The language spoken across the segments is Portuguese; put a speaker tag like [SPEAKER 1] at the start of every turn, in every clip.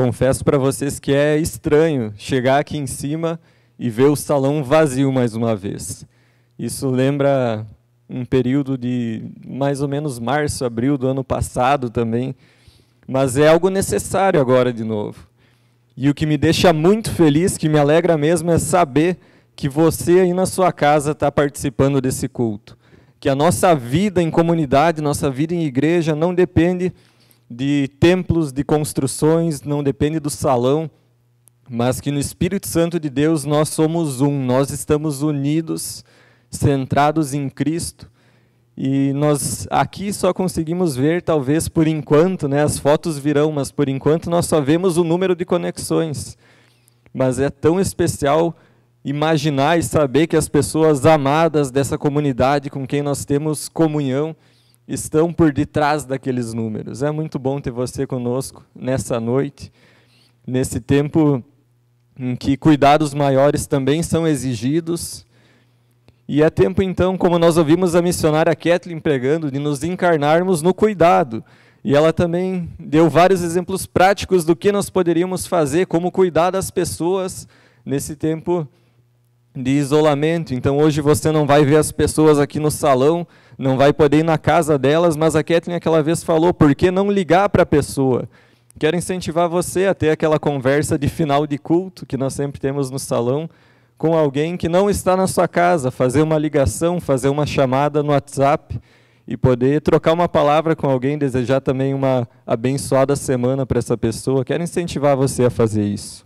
[SPEAKER 1] Confesso para vocês que é estranho chegar aqui em cima e ver o salão vazio mais uma vez. Isso lembra um período de mais ou menos março, abril do ano passado também, mas é algo necessário agora de novo. E o que me deixa muito feliz, que me alegra mesmo, é saber que você aí na sua casa está participando desse culto. Que a nossa vida em comunidade, nossa vida em igreja não depende de templos, de construções, não depende do salão, mas que no Espírito Santo de Deus nós somos um, nós estamos unidos, centrados em Cristo, e nós aqui só conseguimos ver, talvez por enquanto, né, as fotos virão, mas por enquanto nós só vemos o número de conexões. Mas é tão especial imaginar e saber que as pessoas amadas dessa comunidade com quem nós temos comunhão estão por detrás daqueles números. É muito bom ter você conosco nessa noite, nesse tempo em que cuidados maiores também são exigidos. E é tempo, então, como nós ouvimos a missionária Kathleen pregando, de nos encarnarmos no cuidado. E ela também deu vários exemplos práticos do que nós poderíamos fazer, como cuidar das pessoas nesse tempo de isolamento. Então, hoje você não vai ver as pessoas aqui no salão, não vai poder ir na casa delas, mas a Kathleen aquela vez falou, por que não ligar para a pessoa? Quero incentivar você a ter aquela conversa de final de culto, que nós sempre temos no salão, com alguém que não está na sua casa, fazer uma ligação, fazer uma chamada no WhatsApp e poder trocar uma palavra com alguém, desejar também uma abençoada semana para essa pessoa. Quero incentivar você a fazer isso.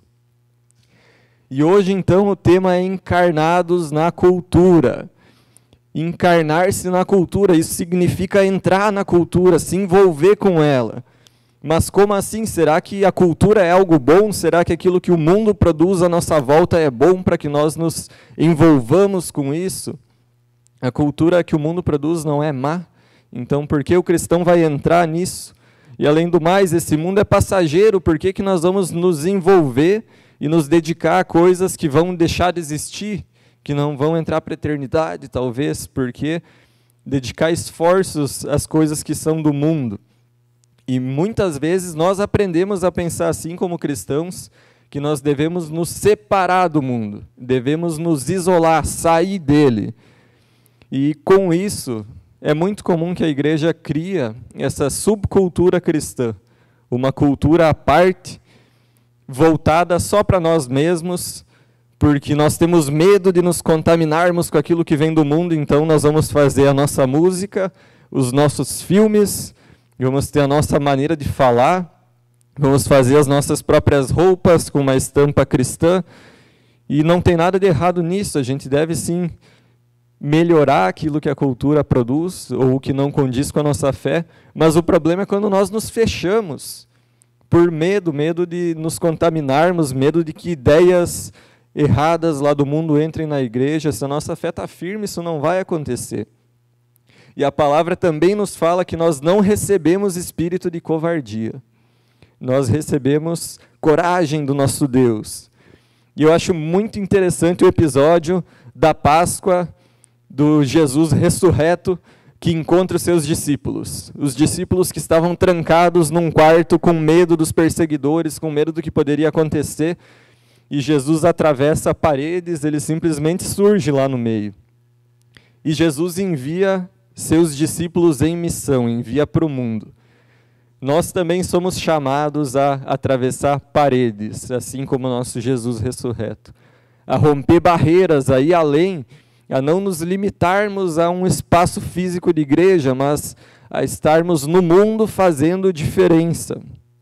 [SPEAKER 1] E hoje, então, o tema é encarnados na cultura. Encarnar-se na cultura, isso significa entrar na cultura, se envolver com ela. Mas como assim? Será que a cultura é algo bom? Será que aquilo que o mundo produz à nossa volta é bom para que nós nos envolvamos com isso? A cultura que o mundo produz não é má. Então, por que o cristão vai entrar nisso? E além do mais, esse mundo é passageiro, por que nós vamos nos envolver e nos dedicar a coisas que vão deixar de existir, que não vão entrar para a eternidade, talvez? Porque dedicar esforços às coisas que são do mundo. E muitas vezes nós aprendemos a pensar assim como cristãos, que nós devemos nos separar do mundo, devemos nos isolar, sair dele. E com isso, é muito comum que a igreja cria essa subcultura cristã, uma cultura à parte, voltada só para nós mesmos, porque nós temos medo de nos contaminarmos com aquilo que vem do mundo, então nós vamos fazer a nossa música, os nossos filmes, vamos ter a nossa maneira de falar, vamos fazer as nossas próprias roupas com uma estampa cristã, e não tem nada de errado nisso, a gente deve sim melhorar aquilo que a cultura produz, ou que não condiz com a nossa fé, mas o problema é quando nós nos fechamos, por medo de nos contaminarmos, medo de que ideias erradas lá do mundo entrem na igreja. Se a nossa fé está firme, isso não vai acontecer. E a palavra também nos fala que nós não recebemos espírito de covardia. Nós recebemos coragem do nosso Deus. E eu acho muito interessante o episódio da Páscoa, do Jesus ressurreto, que encontra os seus discípulos. Os discípulos que estavam trancados num quarto com medo dos perseguidores, com medo do que poderia acontecer. E Jesus atravessa paredes, ele simplesmente surge lá no meio. E Jesus envia seus discípulos em missão, envia para o mundo. Nós também somos chamados a atravessar paredes, assim como o nosso Jesus ressurreto. A romper barreiras, a ir além, a não nos limitarmos a um espaço físico de igreja, mas a estarmos no mundo fazendo diferença.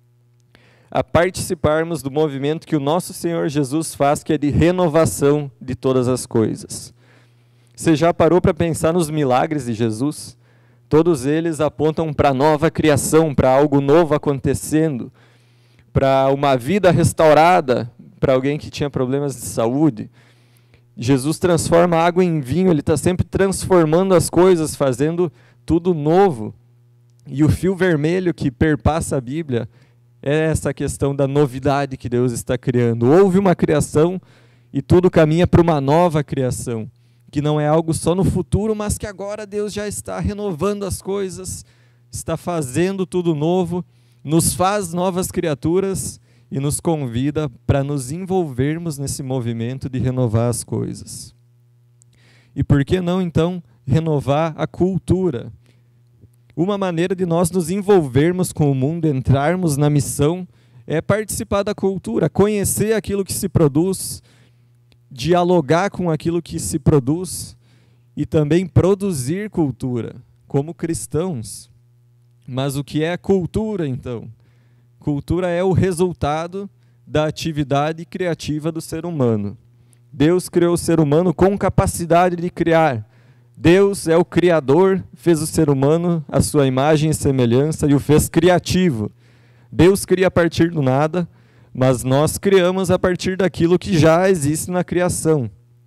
[SPEAKER 1] A participarmos do movimento que o nosso Senhor Jesus faz, que é de renovação de todas as coisas. Você já parou para pensar nos milagres de Jesus? Todos eles apontam para a nova criação, para algo novo acontecendo, para uma vida restaurada, para alguém que tinha problemas de saúde. Jesus transforma a água em vinho, ele está sempre transformando as coisas, fazendo tudo novo. E o fio vermelho que perpassa a Bíblia é essa questão da novidade que Deus está criando. Houve uma criação e tudo caminha para uma nova criação, que não é algo só no futuro, mas que agora Deus já está renovando as coisas, está fazendo tudo novo, nos faz novas criaturas e nos convida para nos envolvermos nesse movimento de renovar as coisas. E por que não, então, renovar a cultura? Uma maneira de nós nos envolvermos com o mundo, entrarmos na missão, é participar da cultura, conhecer aquilo que se produz, dialogar com aquilo que se produz e também produzir cultura, como cristãos. Mas o que é cultura, então? Cultura é o resultado da atividade criativa do ser humano. Deus criou o ser humano com capacidade de criar. Deus é o Criador, fez o ser humano à sua imagem e semelhança e o fez criativo. Deus cria a partir do nada, mas nós criamos a partir daquilo que já existe na criação.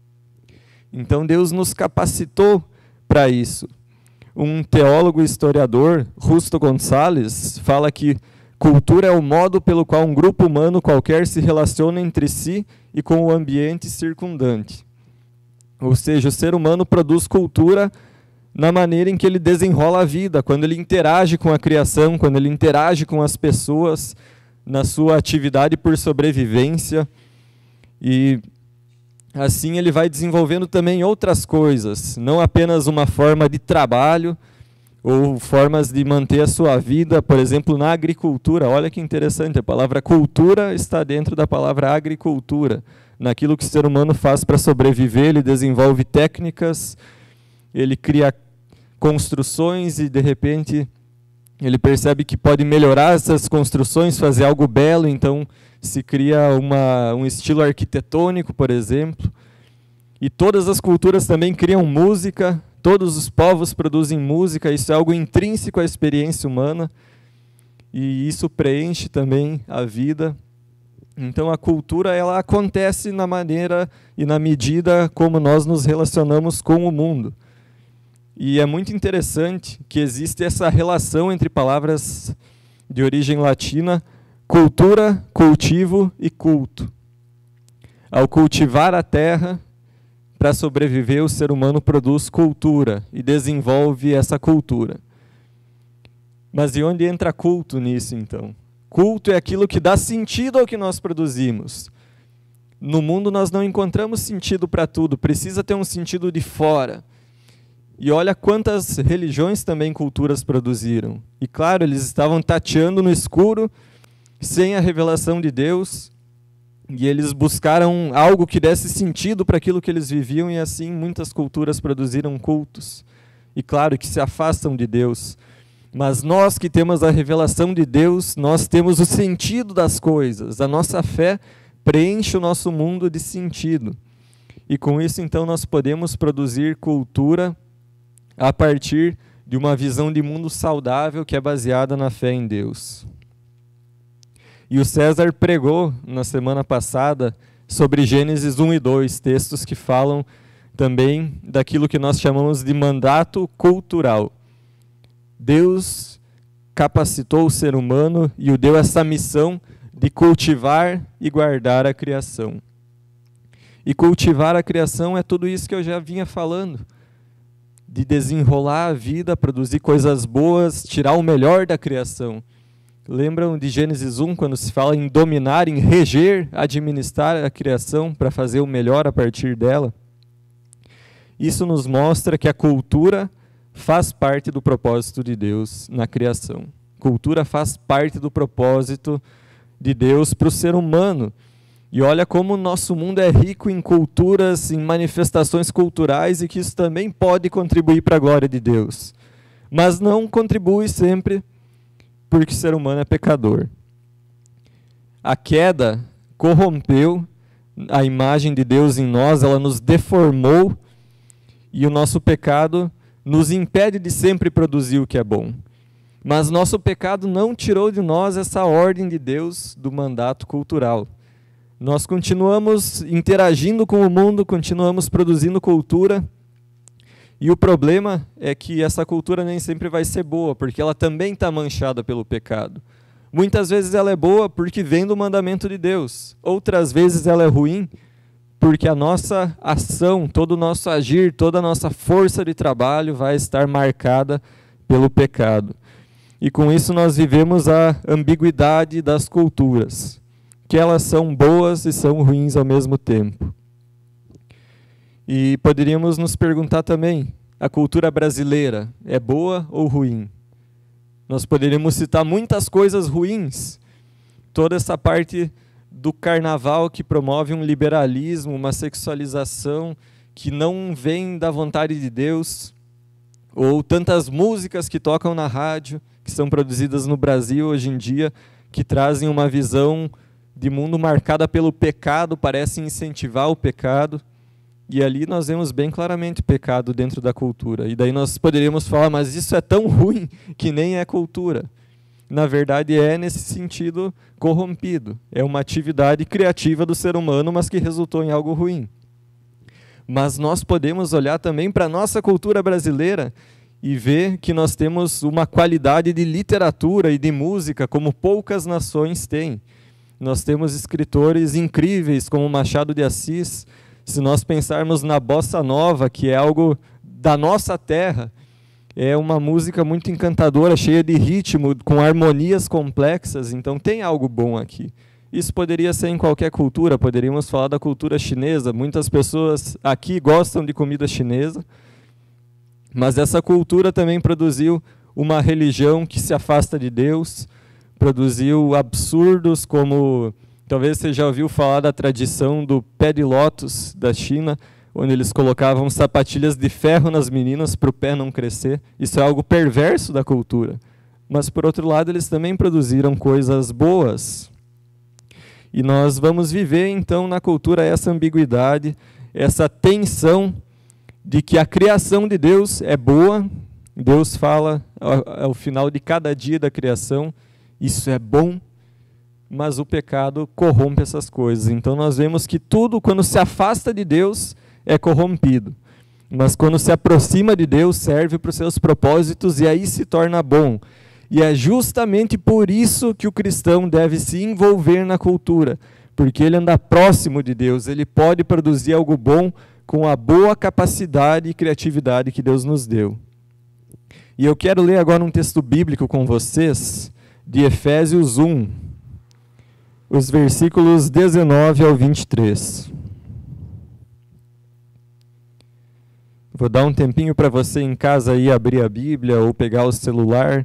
[SPEAKER 1] Então Deus nos capacitou para isso. Um teólogo e historiador, Justo Gonçalves, fala que cultura é o modo pelo qual um grupo humano qualquer se relaciona entre si e com o ambiente circundante. Ou seja, o ser humano produz cultura na maneira em que ele desenrola a vida, quando ele interage com a criação, quando ele interage com as pessoas, na sua atividade por sobrevivência. E assim ele vai desenvolvendo também outras coisas, não apenas uma forma de trabalho, ou formas de manter a sua vida, por exemplo, na agricultura. Olha que interessante, a palavra cultura está dentro da palavra agricultura. Naquilo que o ser humano faz para sobreviver, ele desenvolve técnicas, ele cria construções e, de repente, ele percebe que pode melhorar essas construções, fazer algo belo, então se cria um estilo arquitetônico, por exemplo. E todas as culturas também criam música, todos os povos produzem música, isso é algo intrínseco à experiência humana, e isso preenche também a vida. Então a cultura ela acontece na maneira e na medida como nós nos relacionamos com o mundo. E é muito interessante que existe essa relação entre palavras de origem latina, cultura, cultivo e culto. Ao cultivar a terra, para sobreviver, o ser humano produz cultura e desenvolve essa cultura. Mas e onde entra culto nisso, então? Culto é aquilo que dá sentido ao que nós produzimos. No mundo nós não encontramos sentido para tudo, precisa ter um sentido de fora. E olha quantas religiões também culturas produziram. E claro, eles estavam tateando no escuro, sem a revelação de Deus, e eles buscaram algo que desse sentido para aquilo que eles viviam, e assim muitas culturas produziram cultos. E claro que se afastam de Deus. Mas nós que temos a revelação de Deus, nós temos o sentido das coisas. A nossa fé preenche o nosso mundo de sentido. E com isso, então, nós podemos produzir cultura a partir de uma visão de mundo saudável que é baseada na fé em Deus. E o César pregou na semana passada sobre Gênesis 1 e 2, textos que falam também daquilo que nós chamamos de mandato cultural. Deus capacitou o ser humano e o deu essa missão de cultivar e guardar a criação. E cultivar a criação é tudo isso que eu já vinha falando, de desenrolar a vida, produzir coisas boas, tirar o melhor da criação. Lembram de Gênesis 1, quando se fala em dominar, em reger, administrar a criação para fazer o melhor a partir dela? Isso nos mostra que a cultura faz parte do propósito de Deus na criação. Cultura faz parte do propósito de Deus para o ser humano. E olha como o nosso mundo é rico em culturas, em manifestações culturais, e que isso também pode contribuir para a glória de Deus. Mas não contribui sempre, porque o ser humano é pecador. A queda corrompeu a imagem de Deus em nós, ela nos deformou, e o nosso pecado nos impede de sempre produzir o que é bom. Mas nosso pecado não tirou de nós essa ordem de Deus do mandato cultural. Nós continuamos interagindo com o mundo, continuamos produzindo cultura, e o problema é que essa cultura nem sempre vai ser boa, porque ela também está manchada pelo pecado. Muitas vezes ela é boa porque vem do mandamento de Deus, outras vezes ela é ruim porque a nossa ação, todo o nosso agir, toda a nossa força de trabalho vai estar marcada pelo pecado. E com isso nós vivemos a ambiguidade das culturas. que elas são boas e são ruins ao mesmo tempo. E poderíamos nos perguntar também, a cultura brasileira é boa ou ruim? Nós poderíamos citar muitas coisas ruins, toda essa parte do carnaval que promove um liberalismo, uma sexualização que não vem da vontade de Deus, ou tantas músicas que tocam na rádio, que são produzidas no Brasil hoje em dia, que trazem uma visão de mundo marcada pelo pecado, parecem incentivar o pecado, e ali nós vemos bem claramente o pecado dentro da cultura. E daí nós poderíamos falar, mas isso é tão ruim que nem é cultura. Na verdade é nesse sentido corrompido. É uma atividade criativa do ser humano, mas que resultou em algo ruim. Mas nós podemos olhar também para a nossa cultura brasileira e ver que nós temos uma qualidade de literatura e de música como poucas nações têm. Nós temos escritores incríveis como Machado de Assis. Se nós pensarmos na bossa nova, que é algo da nossa terra, é uma música muito encantadora, cheia de ritmo, com harmonias complexas, então tem algo bom aqui. Isso poderia ser em qualquer cultura, poderíamos falar da cultura chinesa. Muitas pessoas aqui gostam de comida chinesa, mas essa cultura também produziu uma religião que se afasta de Deus, produziu absurdos como... Talvez você já ouviu falar da tradição do pé de lótus da China, onde eles colocavam sapatilhas de ferro nas meninas para o pé não crescer. Isso é algo perverso da cultura. Mas, por outro lado, eles também produziram coisas boas. E nós vamos viver, então, na cultura essa ambiguidade, essa tensão de que a criação de Deus é boa. Deus fala ao final de cada dia da criação, isso é bom. Mas o pecado corrompe essas coisas. Então nós vemos que tudo, quando se afasta de Deus, é corrompido. Mas quando se aproxima de Deus, serve para os seus propósitos e aí se torna bom. E é justamente por isso que o cristão deve se envolver na cultura, porque ele anda próximo de Deus, ele pode produzir algo bom com a boa capacidade e criatividade que Deus nos deu. E eu quero ler agora um texto bíblico com vocês, de Efésios 1, os versículos 19 ao 23. Vou dar um tempinho para você em casa aí abrir a Bíblia ou pegar o celular.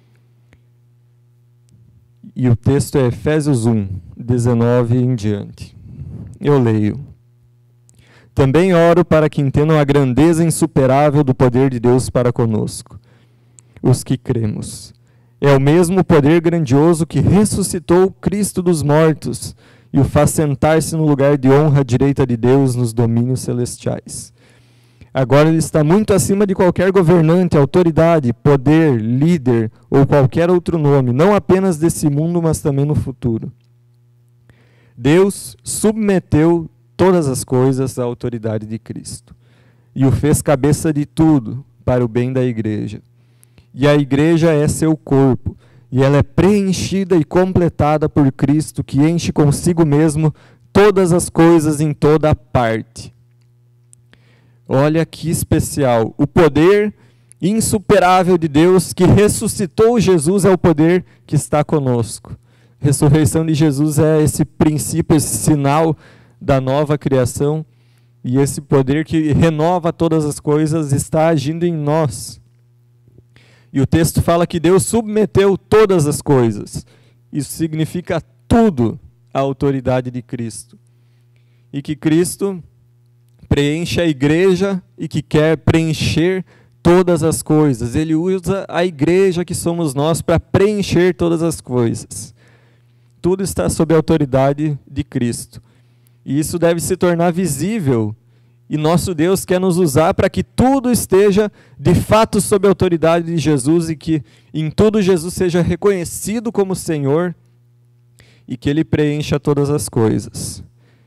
[SPEAKER 1] E o texto é Efésios 1, 19 em diante. Eu leio. Também oro para que entendam a grandeza insuperável do poder de Deus para conosco, os que cremos. É o mesmo poder grandioso que ressuscitou Cristo dos mortos e o faz sentar-se no lugar de honra à direita de Deus nos domínios celestiais. Agora ele está muito acima de qualquer governante, autoridade, poder, líder ou qualquer outro nome, não apenas desse mundo, mas também no futuro. Deus submeteu todas as coisas à autoridade de Cristo e o fez cabeça de tudo para o bem da igreja. E a igreja é seu corpo, e ela é preenchida e completada por Cristo, que enche consigo mesmo todas as coisas em toda parte. Olha que especial, o poder insuperável de Deus que ressuscitou Jesus é o poder que está conosco. A ressurreição de Jesus é esse princípio, esse sinal da nova criação, e esse poder que renova todas as coisas está agindo em nós. E o texto fala que Deus submeteu todas as coisas. Isso significa tudo à autoridade de Cristo. E que Cristo preenche a igreja e que quer preencher todas as coisas. Ele usa a igreja que somos nós para preencher todas as coisas. Tudo está sob a autoridade de Cristo. E isso deve se tornar visível. E nosso Deus quer nos usar para que tudo esteja de fato sob a autoridade de Jesus e que em tudo Jesus seja reconhecido como Senhor e que Ele preencha todas as coisas.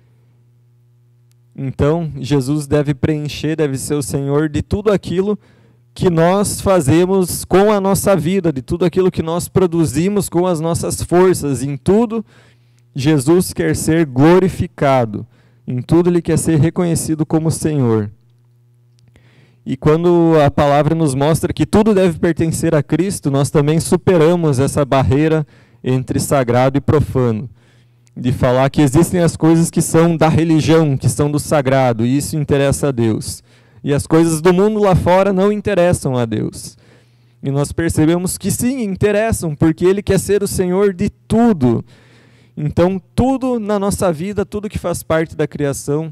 [SPEAKER 1] Então, Jesus deve preencher, deve ser o Senhor de tudo aquilo que nós fazemos com a nossa vida, de tudo aquilo que nós produzimos com as nossas forças. Em tudo, Jesus quer ser glorificado. Em tudo Ele quer ser reconhecido como Senhor. E quando a palavra nos mostra que tudo deve pertencer a Cristo, nós também superamos essa barreira entre sagrado e profano. de falar que existem as coisas que são da religião, que são do sagrado, e isso interessa a Deus. E as coisas do mundo lá fora não interessam a Deus. E nós percebemos que sim, interessam, porque Ele quer ser o Senhor de tudo. Então, tudo na nossa vida, tudo que faz parte da criação,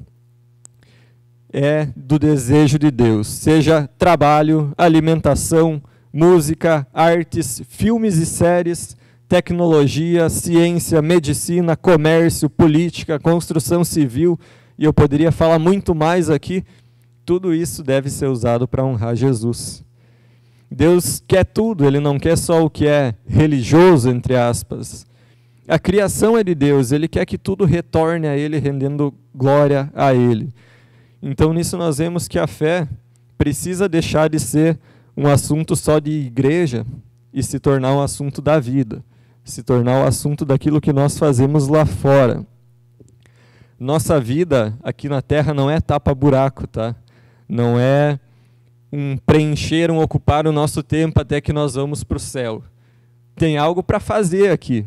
[SPEAKER 1] é do desejo de Deus. Seja trabalho, alimentação, música, artes, filmes e séries, tecnologia, ciência, medicina, comércio, política, construção civil, e eu poderia falar muito mais aqui. Tudo isso deve ser usado para honrar Jesus. Deus quer tudo, Ele não quer só o que é religioso, entre aspas. A criação é de Deus, Ele quer que tudo retorne a Ele, rendendo glória a Ele. Então, nisso nós vemos que a fé precisa deixar de ser um assunto só de igreja e se tornar um assunto da vida, se tornar um assunto daquilo que nós fazemos lá fora. Nossa vida aqui na Terra não é tapa-buraco, tá? Não é preencher, ocupar o nosso tempo até que nós vamos para o céu. Tem algo para fazer aqui.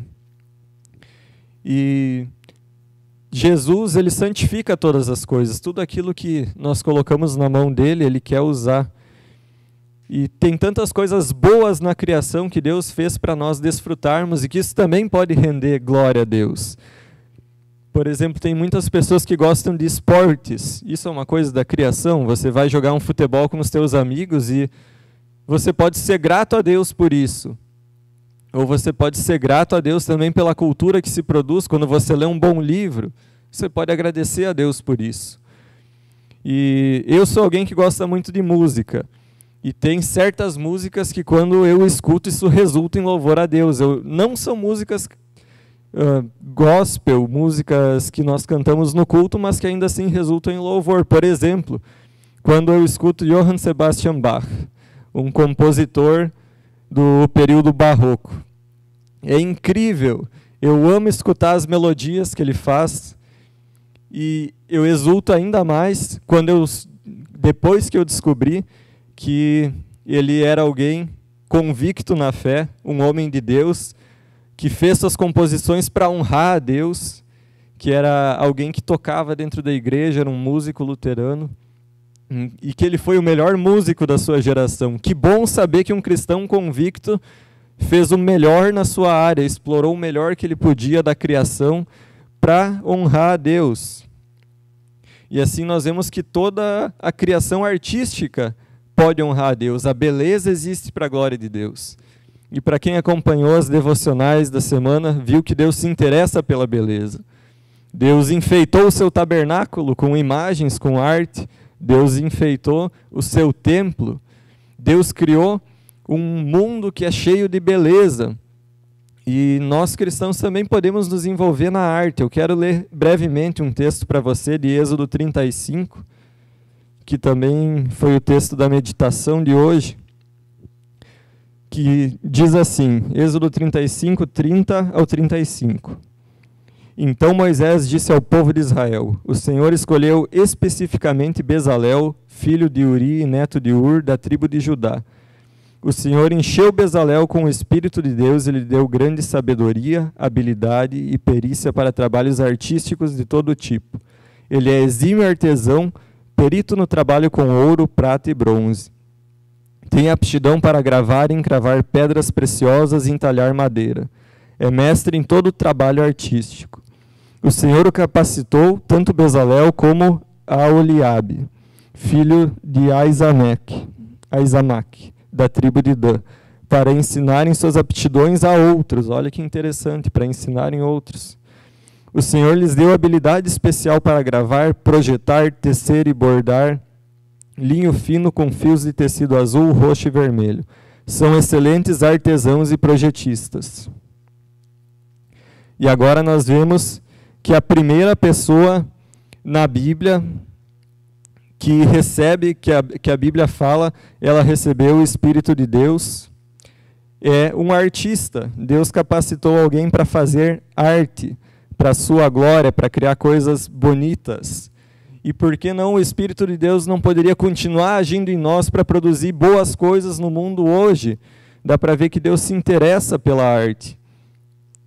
[SPEAKER 1] E Jesus, Ele santifica todas as coisas. Tudo aquilo que nós colocamos na mão dEle, Ele quer usar. E tem tantas coisas boas na criação que Deus fez para nós desfrutarmos e que isso também pode render glória a Deus. Por exemplo, tem muitas pessoas que gostam de esportes. Isso é uma coisa da criação. Você vai jogar um futebol com os teus amigos e você pode ser grato a Deus por isso. Ou você pode ser grato a Deus também pela cultura que se produz. Quando você lê um bom livro, você pode agradecer a Deus por isso. E eu sou alguém que gosta muito de música. E tem certas músicas que quando eu escuto, isso resulta em louvor a Deus. Não são músicas gospel, músicas que nós cantamos no culto, mas que ainda assim resultam em louvor. Por exemplo, quando eu escuto Johann Sebastian Bach, um compositor do período barroco. É incrível, eu amo escutar as melodias que ele faz e eu exulto ainda mais depois que eu descobri que ele era alguém convicto na fé, um homem de Deus, que fez suas composições para honrar a Deus, que era alguém que tocava dentro da igreja, era um músico luterano, e que ele foi o melhor músico da sua geração. Que bom saber que um cristão convicto fez o melhor na sua área, explorou o melhor que ele podia da criação para honrar a Deus. E assim nós vemos que toda a criação artística pode honrar a Deus. A beleza existe para a glória de Deus. E para quem acompanhou as devocionais da semana, viu que Deus se interessa pela beleza. Deus enfeitou o seu tabernáculo com imagens, com arte. Deus enfeitou o seu templo. Deus criou um mundo que é cheio de beleza. E nós cristãos também podemos nos envolver na arte. Eu quero ler brevemente um texto para você de Êxodo 35, que também foi o texto da meditação de hoje, que diz assim, Êxodo 35, 30 ao 35. Então Moisés disse ao povo de Israel, o Senhor escolheu especificamente Bezalel, filho de Uri e neto de Ur, da tribo de Judá. O Senhor encheu Bezalel com o Espírito de Deus e lhe deu grande sabedoria, habilidade e perícia para trabalhos artísticos de todo tipo. Ele é exímio artesão, perito no trabalho com ouro, prata e bronze. Tem aptidão para gravar e encravar pedras preciosas e entalhar madeira. É mestre em todo o trabalho artístico. O Senhor o capacitou, tanto Bezalel como Aholiabe, filho de Aizamaque, da tribo de Dan, para ensinarem suas aptidões a outros. Olha que interessante, para ensinarem outros. O Senhor lhes deu habilidade especial para gravar, projetar, tecer e bordar linho fino com fios de tecido azul, roxo e vermelho. São excelentes artesãos e projetistas. E agora nós vemos que a primeira pessoa na Bíblia que recebe, que a Bíblia fala, ela recebeu o Espírito de Deus, é um artista. Deus capacitou alguém para fazer arte, para a sua glória, para criar coisas bonitas. E por que não o Espírito de Deus não poderia continuar agindo em nós para produzir boas coisas no mundo hoje? Dá para ver que Deus se interessa pela arte.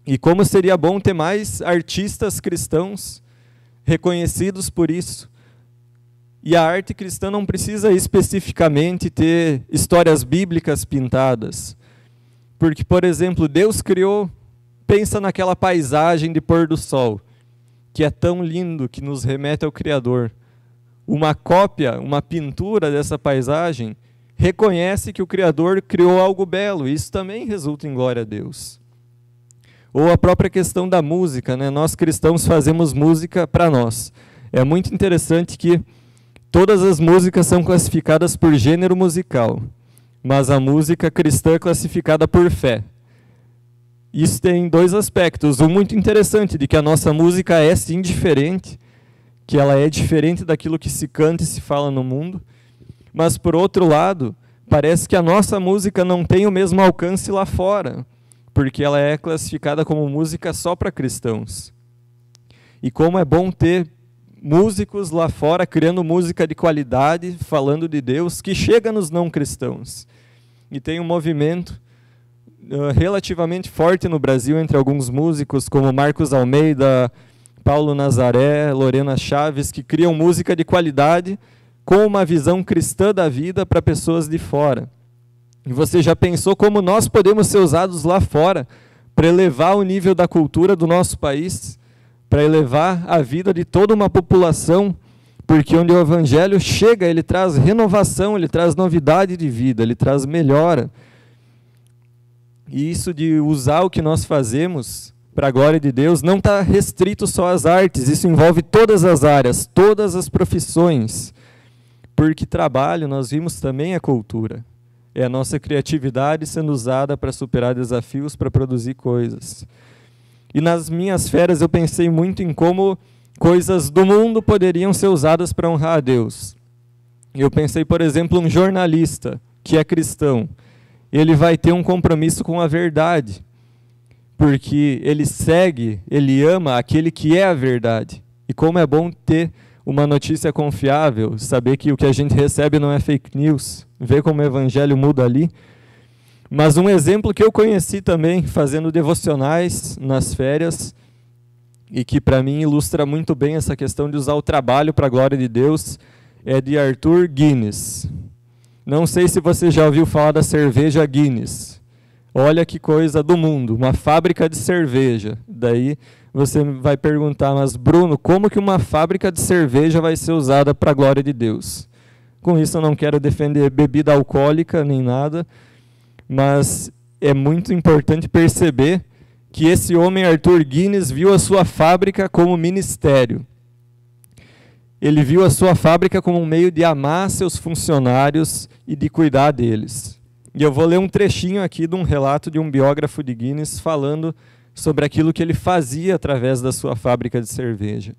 [SPEAKER 1] E como seria bom ter mais artistas cristãos reconhecidos por isso. E a arte cristã não precisa especificamente ter histórias bíblicas pintadas. Porque, por exemplo, Deus criou, pensa naquela paisagem de pôr do sol, que é tão lindo, que nos remete ao Criador. Uma cópia, uma pintura dessa paisagem, reconhece que o Criador criou algo belo. Isso também resulta em glória a Deus. Ou a própria questão da música, né? Nós cristãos fazemos música para nós. É muito interessante que todas as músicas são classificadas por gênero musical, mas a música cristã é classificada por fé. Isso tem dois aspectos. Um muito interessante, de que a nossa música é sim diferente, que ela é diferente daquilo que se canta e se fala no mundo. Mas, por outro lado, parece que a nossa música não tem o mesmo alcance lá fora, porque ela é classificada como música só para cristãos. E como é bom ter músicos lá fora criando música de qualidade, falando de Deus, que chega nos não cristãos. E tem um movimento relativamente forte no Brasil entre alguns músicos, como Marcos Almeida, Paulo Nazaré, Lorena Chaves, que criam música de qualidade com uma visão cristã da vida para pessoas de fora. E você já pensou como nós podemos ser usados lá fora para elevar o nível da cultura do nosso país, para elevar a vida de toda uma população, porque onde o Evangelho chega, ele traz renovação, ele traz novidade de vida, ele traz melhora. E isso de usar o que nós fazemos para a glória de Deus não está restrito só às artes, isso envolve todas as áreas, todas as profissões, porque trabalho, nós vimos, também a cultura. É a nossa criatividade sendo usada para superar desafios, para produzir coisas. E nas minhas férias eu pensei muito em como coisas do mundo poderiam ser usadas para honrar a Deus. Eu pensei, por exemplo, um jornalista que é cristão. Ele vai ter um compromisso com a verdade, porque ele segue, ele ama aquele que é a verdade. E como é bom ter uma notícia confiável, saber que o que a gente recebe não é fake news, ver como o Evangelho muda ali. Mas um exemplo que eu conheci também, fazendo devocionais nas férias, e que para mim ilustra muito bem essa questão de usar o trabalho para a glória de Deus, é de Arthur Guinness. Não sei se você já ouviu falar da cerveja Guinness. Olha que coisa do mundo, uma fábrica de cerveja. Daí você vai perguntar, mas Bruno, como que uma fábrica de cerveja vai ser usada para a glória de Deus? Com isso eu não quero defender bebida alcoólica nem nada, mas é muito importante perceber que esse homem, Arthur Guinness, viu a sua fábrica como ministério. Ele viu a sua fábrica como um meio de amar seus funcionários e de cuidar deles. E eu vou ler um trechinho aqui de um relato de um biógrafo de Guinness falando sobre aquilo que ele fazia através da sua fábrica de cerveja.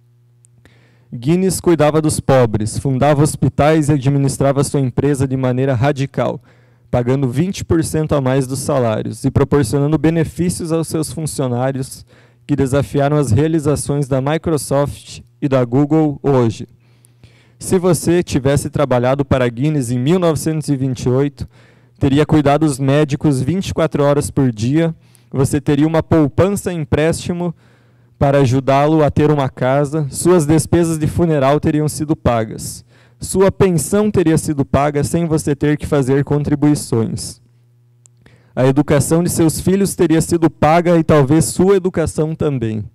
[SPEAKER 1] Guinness cuidava dos pobres, fundava hospitais e administrava sua empresa de maneira radical, pagando 20% a mais dos salários e proporcionando benefícios aos seus funcionários que desafiaram as realizações da Microsoft e da Google hoje. Se você tivesse trabalhado para a Guinness em 1928, teria cuidados médicos 24 horas por dia, você teria uma poupança em empréstimo para ajudá-lo a ter uma casa, suas despesas de funeral teriam sido pagas, sua pensão teria sido paga sem você ter que fazer contribuições. A educação de seus filhos teria sido paga e talvez sua educação também.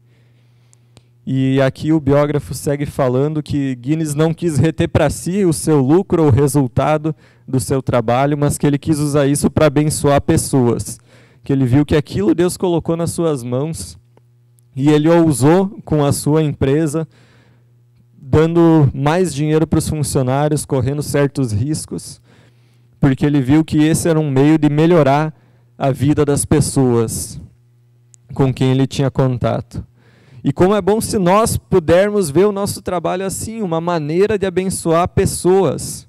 [SPEAKER 1] E aqui o biógrafo segue falando que Guinness não quis reter para si o seu lucro ou o resultado do seu trabalho, mas que ele quis usar isso para abençoar pessoas. Que ele viu que aquilo Deus colocou nas suas mãos e ele o usou com a sua empresa, dando mais dinheiro para os funcionários, correndo certos riscos, porque ele viu que esse era um meio de melhorar a vida das pessoas com quem ele tinha contato. E como é bom se nós pudermos ver o nosso trabalho assim, uma maneira de abençoar pessoas.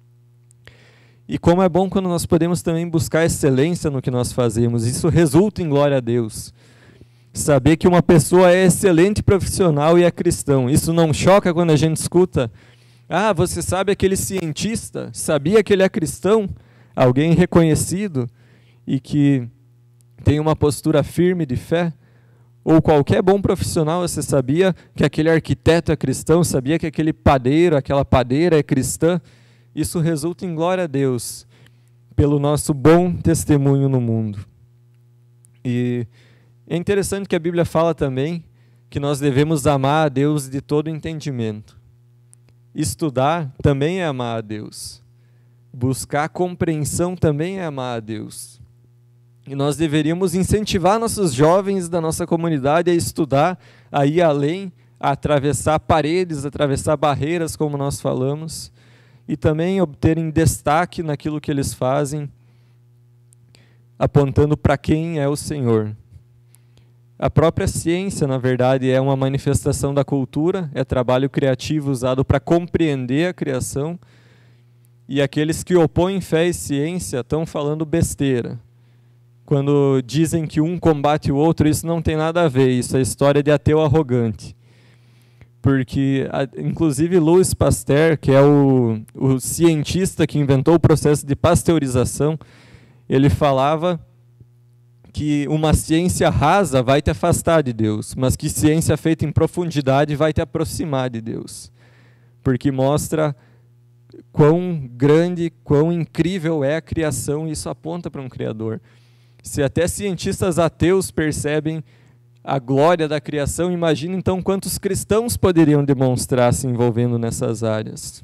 [SPEAKER 1] E como é bom quando nós podemos também buscar excelência no que nós fazemos. Isso resulta em glória a Deus. Saber que uma pessoa é excelente profissional e é cristão. Isso não choca quando a gente escuta: ah, você sabe aquele cientista? Sabia que ele é cristão? Alguém reconhecido e que tem uma postura firme de fé? Ou qualquer bom profissional, você sabia que aquele arquiteto é cristão, sabia que aquele padeiro, aquela padeira é cristã? Isso resulta em glória a Deus, pelo nosso bom testemunho no mundo. E é interessante que a Bíblia fala também que nós devemos amar a Deus de todo entendimento. Estudar também é amar a Deus. Buscar compreensão também é amar a Deus. E nós deveríamos incentivar nossos jovens da nossa comunidade a estudar, a ir além, a atravessar paredes, atravessar barreiras, como nós falamos, e também obterem destaque naquilo que eles fazem, apontando para quem é o Senhor. A própria ciência, na verdade, é uma manifestação da cultura, é trabalho criativo usado para compreender a criação, e aqueles que opõem fé e ciência estão falando besteira. Quando dizem que um combate o outro, isso não tem nada a ver, isso é história de ateu arrogante. Porque, inclusive, Louis Pasteur, que é o cientista que inventou o processo de pasteurização, ele falava que uma ciência rasa vai te afastar de Deus, mas que ciência feita em profundidade vai te aproximar de Deus. Porque mostra quão grande, quão incrível é a criação, e isso aponta para um Criador. Se até cientistas ateus percebem a glória da criação, imagina então quantos cristãos poderiam demonstrar se envolvendo nessas áreas.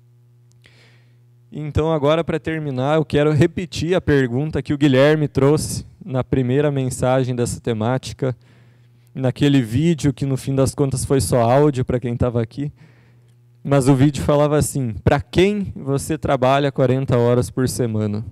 [SPEAKER 1] Então agora, para terminar, eu quero repetir a pergunta que o Guilherme trouxe na primeira mensagem dessa temática, naquele vídeo que no fim das contas foi só áudio para quem estava aqui, mas o vídeo falava assim: para quem você trabalha 40 horas por semana?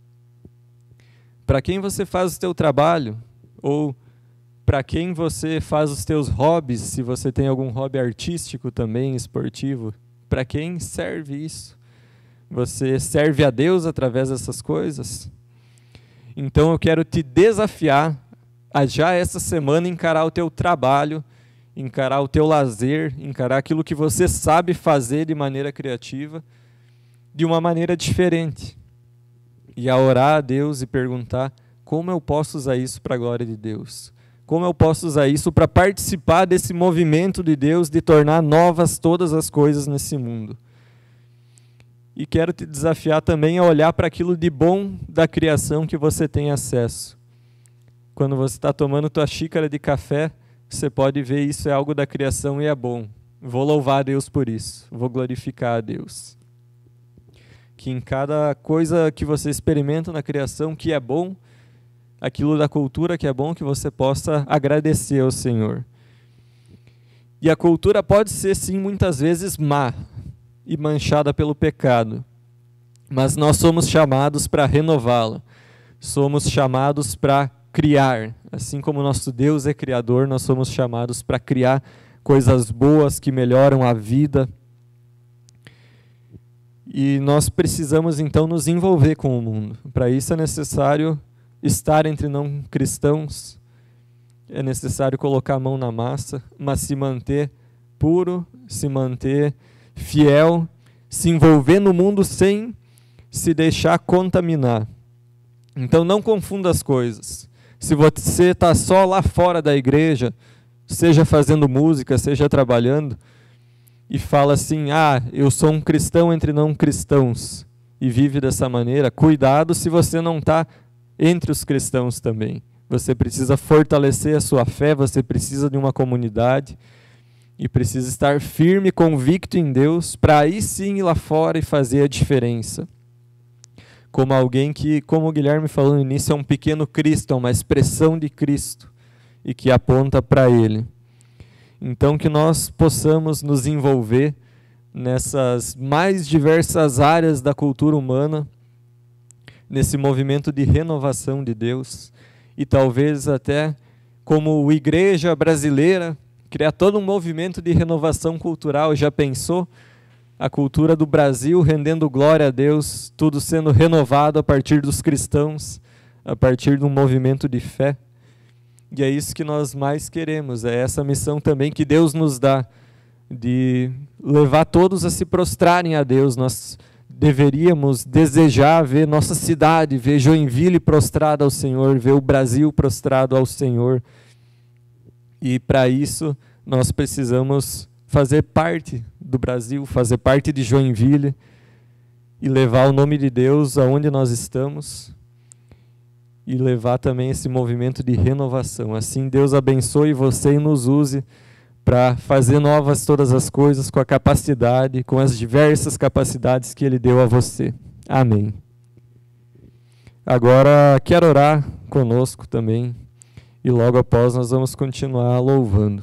[SPEAKER 1] Para quem você faz o teu trabalho? Ou para quem você faz os teus hobbies, se você tem algum hobby artístico também, esportivo? Para quem serve isso? Você serve a Deus através dessas coisas? Então eu quero te desafiar a já essa semana encarar o teu trabalho, encarar o teu lazer, encarar aquilo que você sabe fazer de maneira criativa, de uma maneira diferente. E a orar a Deus e perguntar: como eu posso usar isso para a glória de Deus? Como eu posso usar isso para participar desse movimento de Deus de tornar novas todas as coisas nesse mundo? E quero te desafiar também a olhar para aquilo de bom da criação que você tem acesso. Quando você está tomando tua xícara de café, você pode ver isso é algo da criação e é bom. Vou louvar a Deus por isso, vou glorificar a Deus. Que em cada coisa que você experimenta na criação que é bom, aquilo da cultura que é bom, que você possa agradecer ao Senhor. E a cultura pode ser, sim, muitas vezes má e manchada pelo pecado, mas nós somos chamados para renová-la. Somos chamados para criar. Assim como nosso Deus é criador, nós somos chamados para criar coisas boas que melhoram a vida. E nós precisamos, então, nos envolver com o mundo. Para isso é necessário estar entre não cristãos, é necessário colocar a mão na massa, mas se manter puro, se manter fiel, se envolver no mundo sem se deixar contaminar. Então não confunda as coisas. Se você está só lá fora da igreja, seja fazendo música, seja trabalhando, e fala assim: eu sou um cristão entre não cristãos, e vive dessa maneira, cuidado se você não está entre os cristãos também. Você precisa fortalecer a sua fé, você precisa de uma comunidade, e precisa estar firme, convicto em Deus, para aí sim ir lá fora e fazer a diferença. Como alguém que, como o Guilherme falou no início, é um pequeno Cristo, é uma expressão de Cristo, e que aponta para Ele. Então que nós possamos nos envolver nessas mais diversas áreas da cultura humana, nesse movimento de renovação de Deus, e talvez até como igreja brasileira, criar todo um movimento de renovação cultural. Já pensou? A cultura do Brasil rendendo glória a Deus, tudo sendo renovado a partir dos cristãos, a partir de um movimento de fé. E é isso que nós mais queremos, é essa missão também que Deus nos dá, de levar todos a se prostrarem a Deus. Nós deveríamos desejar ver nossa cidade, ver Joinville prostrada ao Senhor, ver o Brasil prostrado ao Senhor. E para isso nós precisamos fazer parte do Brasil, fazer parte de Joinville e levar o nome de Deus aonde nós estamos e levar também esse movimento de renovação. Assim Deus abençoe você e nos use para fazer novas todas as coisas com a capacidade, com as diversas capacidades que Ele deu a você. Amém. Agora quero orar conosco também e logo após nós vamos continuar louvando.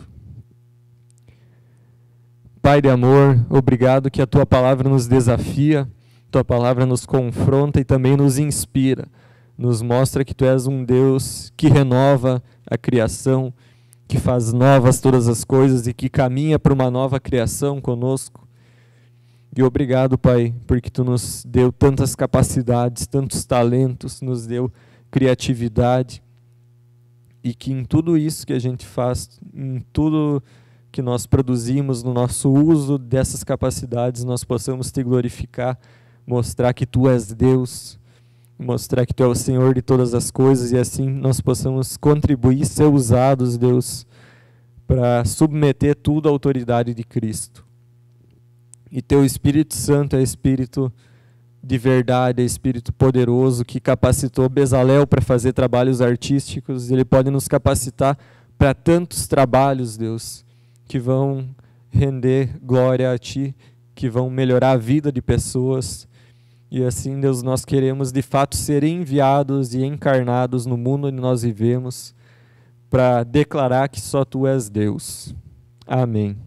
[SPEAKER 1] Pai de amor, obrigado que a Tua palavra nos desafia, Tua palavra nos confronta e também nos inspira, nos mostra que Tu és um Deus que renova a criação, que faz novas todas as coisas e que caminha para uma nova criação conosco. E obrigado, Pai, porque Tu nos deu tantas capacidades, tantos talentos, nos deu criatividade, e que em tudo isso que a gente faz, em tudo que nós produzimos, no nosso uso dessas capacidades, nós possamos Te glorificar, mostrar que Tu és Deus, mostrar que Tu é o Senhor de todas as coisas, e assim nós possamos contribuir, ser usados, Deus, para submeter tudo à autoridade de Cristo. E Teu Espírito Santo é Espírito de verdade, é Espírito poderoso, que capacitou Bezalel para fazer trabalhos artísticos. Ele pode nos capacitar para tantos trabalhos, Deus, que vão render glória a Ti, que vão melhorar a vida de pessoas. E assim, Deus, nós queremos de fato ser enviados e encarnados no mundo onde nós vivemos para declarar que só Tu és Deus. Amém.